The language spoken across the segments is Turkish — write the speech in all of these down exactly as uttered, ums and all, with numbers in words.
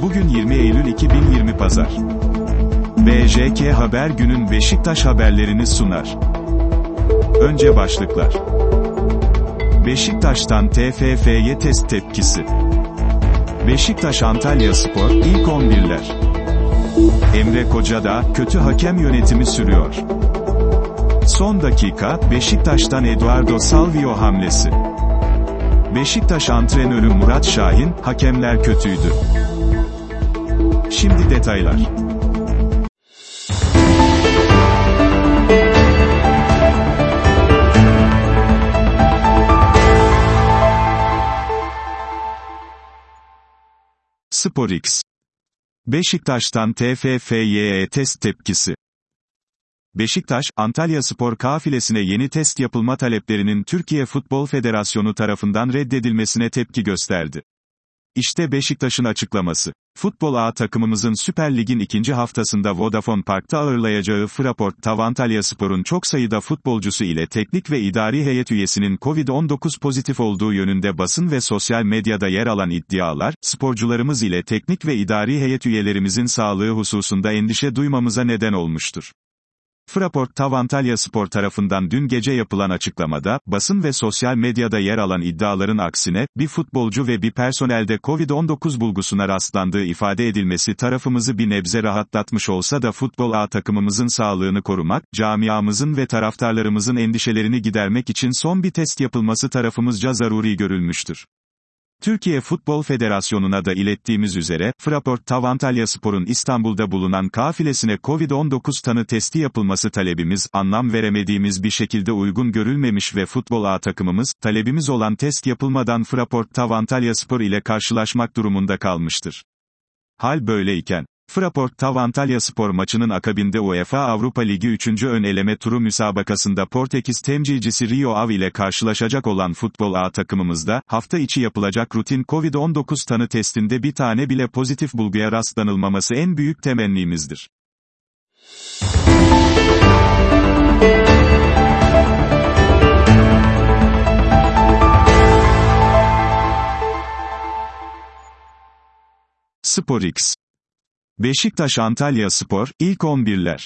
Bugün yirmi Eylül iki bin yirmi Pazar. B J K Haber günün Beşiktaş haberlerini sunar. Önce başlıklar. Beşiktaş'tan T F F'ye test tepkisi. Beşiktaş Antalyaspor, ilk on birler. Emre Kocadağ, kötü hakem yönetimi sürüyor. Son dakika, Beşiktaş'tan Eduardo Salvio hamlesi. Beşiktaş antrenörü Murat Şahin, hakemler kötüydü. Şimdi detaylar. SporX. Beşiktaş'tan T F F'ye test tepkisi. Beşiktaş, Antalyaspor kafilesine yeni test yapılma taleplerinin Türkiye Futbol Federasyonu tarafından reddedilmesine tepki gösterdi. İşte Beşiktaş'ın açıklaması. Futbol A takımımızın Süper Lig'in ikinci haftasında Vodafone Park'ta ağırlayacağı Fraport Tav Antalyaspor'un çok sayıda futbolcusu ile teknik ve idari heyet üyesinin Covid on dokuz pozitif olduğu yönünde basın ve sosyal medyada yer alan iddialar, sporcularımız ile teknik ve idari heyet üyelerimizin sağlığı hususunda endişe duymamıza neden olmuştur. Fraport Tav Antalyaspor tarafından dün gece yapılan açıklamada, basın ve sosyal medyada yer alan iddiaların aksine, bir futbolcu ve bir personelde Covid on dokuz bulgusuna rastlandığı ifade edilmesi tarafımızı bir nebze rahatlatmış olsa da Futbol A takımımızın sağlığını korumak, camiamızın ve taraftarlarımızın endişelerini gidermek için son bir test yapılması tarafımızca zaruri görülmüştür. Türkiye Futbol Federasyonu'na da ilettiğimiz üzere, Fraport Tav Antalyaspor'un İstanbul'da bulunan kafilesine Covid on dokuz tanı testi yapılması talebimiz, anlam veremediğimiz bir şekilde uygun görülmemiş ve Futbol A takımımız, talebimiz olan test yapılmadan Fraport Tav Antalyaspor ile karşılaşmak durumunda kalmıştır. Hal böyleyken, Fraport Tav Antalyaspor maçının akabinde UEFA Avrupa Ligi üçüncü ön eleme turu müsabakasında Portekiz temsilcisi Rio Ave ile karşılaşacak olan Futbol A takımımızda, hafta içi yapılacak rutin Covid on dokuz tanı testinde bir tane bile pozitif bulguya rastlanılmaması en büyük temennimizdir. SporX. Beşiktaş Antalyaspor, ilk on birler.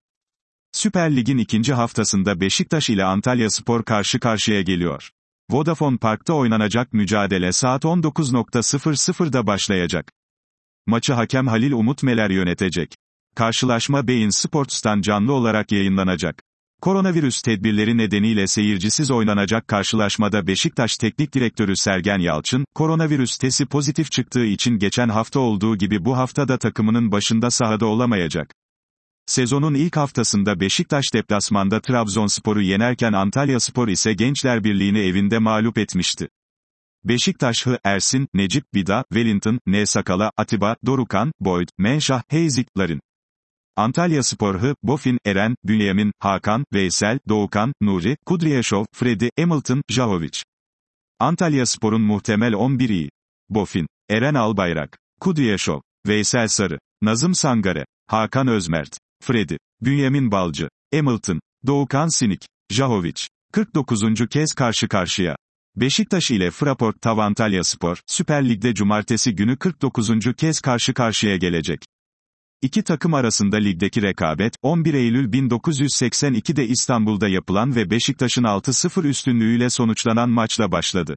Süper Lig'in ikinci haftasında Beşiktaş ile Antalyaspor karşı karşıya geliyor. Vodafone Park'ta oynanacak mücadele saat on dokuz sıfırda başlayacak. Maçı hakem Halil Umut Meler yönetecek. Karşılaşma beIN Sports'tan canlı olarak yayınlanacak. Koronavirüs tedbirleri nedeniyle seyircisiz oynanacak karşılaşmada Beşiktaş Teknik Direktörü Sergen Yalçın, koronavirüs testi pozitif çıktığı için geçen hafta olduğu gibi bu hafta da takımının başında sahada olamayacak. Sezonun ilk haftasında Beşiktaş deplasmanda Trabzonspor'u yenerken Antalyaspor ise Gençler Birliği'ni evinde mağlup etmişti. Beşiktaş H. Ersin, Necip, Vida, Wellington, N. Sakala, Atiba, Dorukhan, Boyd, Menşah, Heizik, Larin. Antalyaspor H. Bofin, Eren, Bünyamin, Hakan, Veysel, Doğukan, Nuri, Kudryashov, Freddy, Hamilton, Jahovic. Antalyaspor'un muhtemel on biri. Bofin, Eren Albayrak, Kudryashov, Veysel Sarı, Nazım Sangare, Hakan Özmert, Freddy, Bünyamin Balcı, Hamilton, Doğukan Sinik, Jahovic. kırk dokuzuncu kez karşı karşıya. Beşiktaş ile Fraport Tav Antalyaspor, Süper Lig'de cumartesi günü kırk dokuzuncu kez karşı karşıya gelecek. İki takım arasında ligdeki rekabet, on bir Eylül bin dokuz yüz seksen iki'de İstanbul'da yapılan ve Beşiktaş'ın altı sıfır üstünlüğüyle sonuçlanan maçla başladı.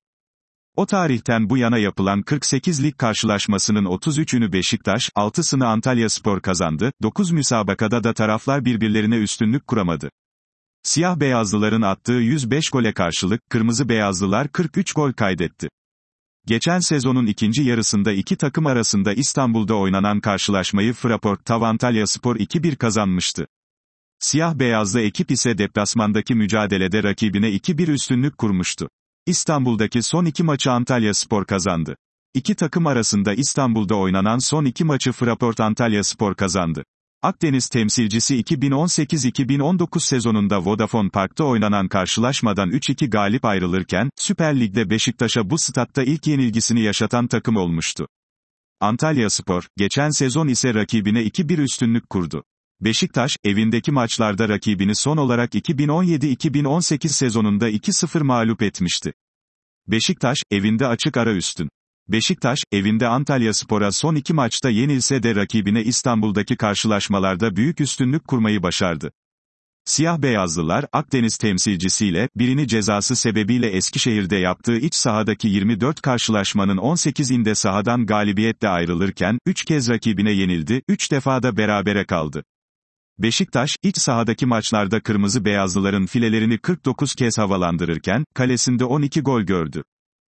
O tarihten bu yana yapılan kırk sekiz lig karşılaşmasının otuz üçünü Beşiktaş, altısını Antalyaspor kazandı, dokuz müsabakada da taraflar birbirlerine üstünlük kuramadı. Siyah beyazlıların attığı yüz beş gole karşılık, kırmızı beyazlılar kırk üç gol kaydetti. Geçen sezonun ikinci yarısında iki takım arasında İstanbul'da oynanan karşılaşmayı Fraport Tav Antalyaspor iki bir kazanmıştı. Siyah beyazlı ekip ise deplasmandaki mücadelede rakibine iki bir üstünlük kurmuştu. İstanbul'daki son iki maçı Antalyaspor kazandı. İki takım arasında İstanbul'da oynanan son iki maçı Fraport Antalyaspor kazandı. Akdeniz temsilcisi iki bin on sekiz iki bin on dokuz sezonunda Vodafone Park'ta oynanan karşılaşmadan üç iki galip ayrılırken, Süper Lig'de Beşiktaş'a bu statta ilk yenilgisini yaşatan takım olmuştu. Antalyaspor, geçen sezon ise rakibine iki bir üstünlük kurdu. Beşiktaş, evindeki maçlarda rakibini son olarak iki bin on yedi iki bin on sekiz sezonunda iki sıfır mağlup etmişti. Beşiktaş, evinde açık ara üstün. Beşiktaş, evinde Antalyaspor'a son iki maçta yenilse de rakibine İstanbul'daki karşılaşmalarda büyük üstünlük kurmayı başardı. Siyah-beyazlılar, Akdeniz temsilcisiyle, birini cezası sebebiyle Eskişehir'de yaptığı iç sahadaki yirmi dört karşılaşmanın on sekizinde sahadan galibiyetle ayrılırken, üç kez rakibine yenildi, üç defa da berabere kaldı. Beşiktaş, iç sahadaki maçlarda kırmızı-beyazlıların filelerini kırk dokuz kez havalandırırken, kalesinde on iki gol gördü.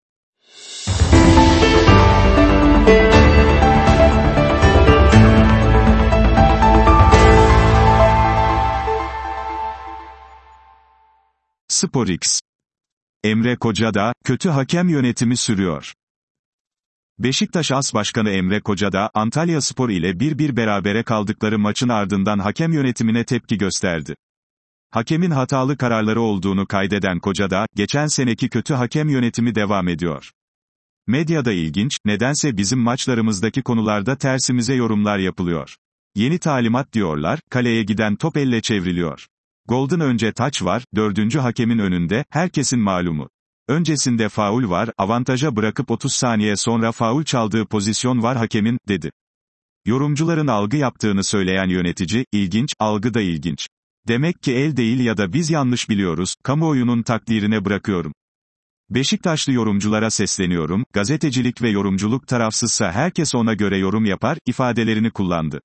SporX. Emre Kocadağ, kötü hakem yönetimi sürüyor. Beşiktaş As Başkanı Emre Kocadağ, Antalyaspor ile bir bir berabere kaldıkları maçın ardından hakem yönetimine tepki gösterdi. Hakemin hatalı kararları olduğunu kaydeden Kocadağ, geçen seneki kötü hakem yönetimi devam ediyor. Medyada ilginç, nedense bizim maçlarımızdaki konularda tersimize yorumlar yapılıyor. Yeni talimat diyorlar, kaleye giden top elle çevriliyor. Golden önce taç var, dördüncü hakemin önünde, herkesin malumu. Öncesinde faul var, avantaja bırakıp otuz saniye sonra faul çaldığı pozisyon var hakemin, dedi. Yorumcuların algı yaptığını söyleyen yönetici, ilginç, algı da ilginç. Demek ki el değil ya da biz yanlış biliyoruz, kamuoyunun takdirine bırakıyorum. Beşiktaşlı yorumculara sesleniyorum, gazetecilik ve yorumculuk tarafsızsa herkes ona göre yorum yapar, ifadelerini kullandı.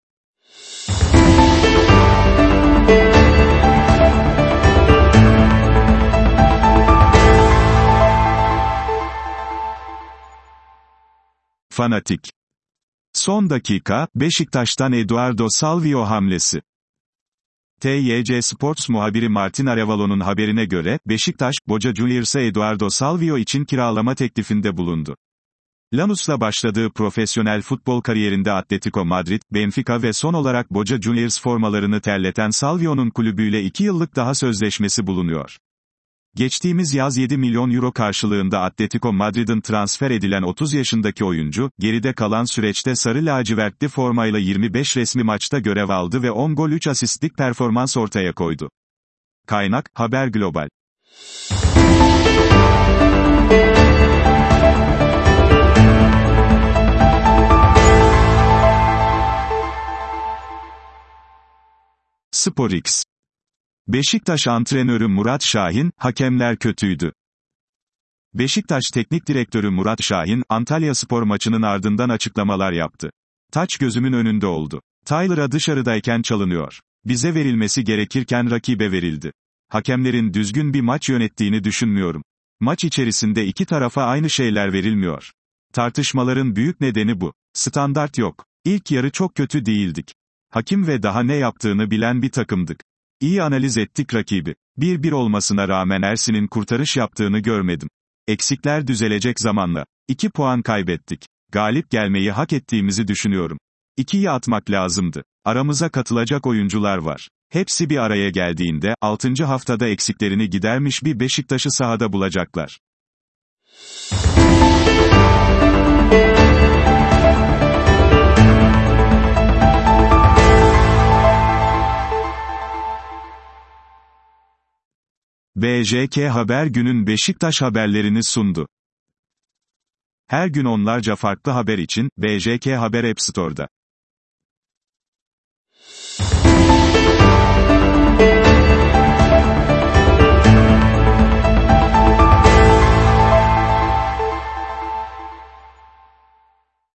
Fanatik. Son dakika, Beşiktaş'tan Eduardo Salvio hamlesi. T Y C Sports muhabiri Martin Arevalo'nun haberine göre, Beşiktaş, Boca Juniors'a Eduardo Salvio için kiralama teklifinde bulundu. Lanús'la başladığı profesyonel futbol kariyerinde Atletico Madrid, Benfica ve son olarak Boca Juniors formalarını terleten Salvio'nun kulübüyle iki yıllık daha sözleşmesi bulunuyor. Geçtiğimiz yaz yedi milyon euro karşılığında Atletico Madrid'in transfer edilen otuz yaşındaki oyuncu, geride kalan süreçte sarı lacivertli formayla yirmi beş resmi maçta görev aldı ve on gol üç asistlik performans ortaya koydu. Kaynak, Haber Global. SporX. Beşiktaş antrenörü Murat Şahin, hakemler kötüydü. Beşiktaş Teknik Direktörü Murat Şahin, Antalyaspor maçının ardından açıklamalar yaptı. Taç gözümün önünde oldu. Tyler'a dışarıdayken çalınıyor. Bize verilmesi gerekirken rakibe verildi. Hakemlerin düzgün bir maç yönettiğini düşünmüyorum. Maç içerisinde iki tarafa aynı şeyler verilmiyor. Tartışmaların büyük nedeni bu. Standart yok. İlk yarı çok kötü değildik. Hakim ve daha ne yaptığını bilen bir takımdık. İyi analiz ettik rakibi. bir bir olmasına rağmen Ersin'in kurtarış yaptığını görmedim. Eksikler düzelecek zamanla. iki puan kaybettik. Galip gelmeyi hak ettiğimizi düşünüyorum. ikiyi atmak lazımdı. Aramıza katılacak oyuncular var. Hepsi bir araya geldiğinde, altıncı haftada eksiklerini gidermiş bir Beşiktaş'ı sahada bulacaklar. B J K Haber günün Beşiktaş haberlerini sundu. Her gün onlarca farklı haber için, B J K Haber App Store'da.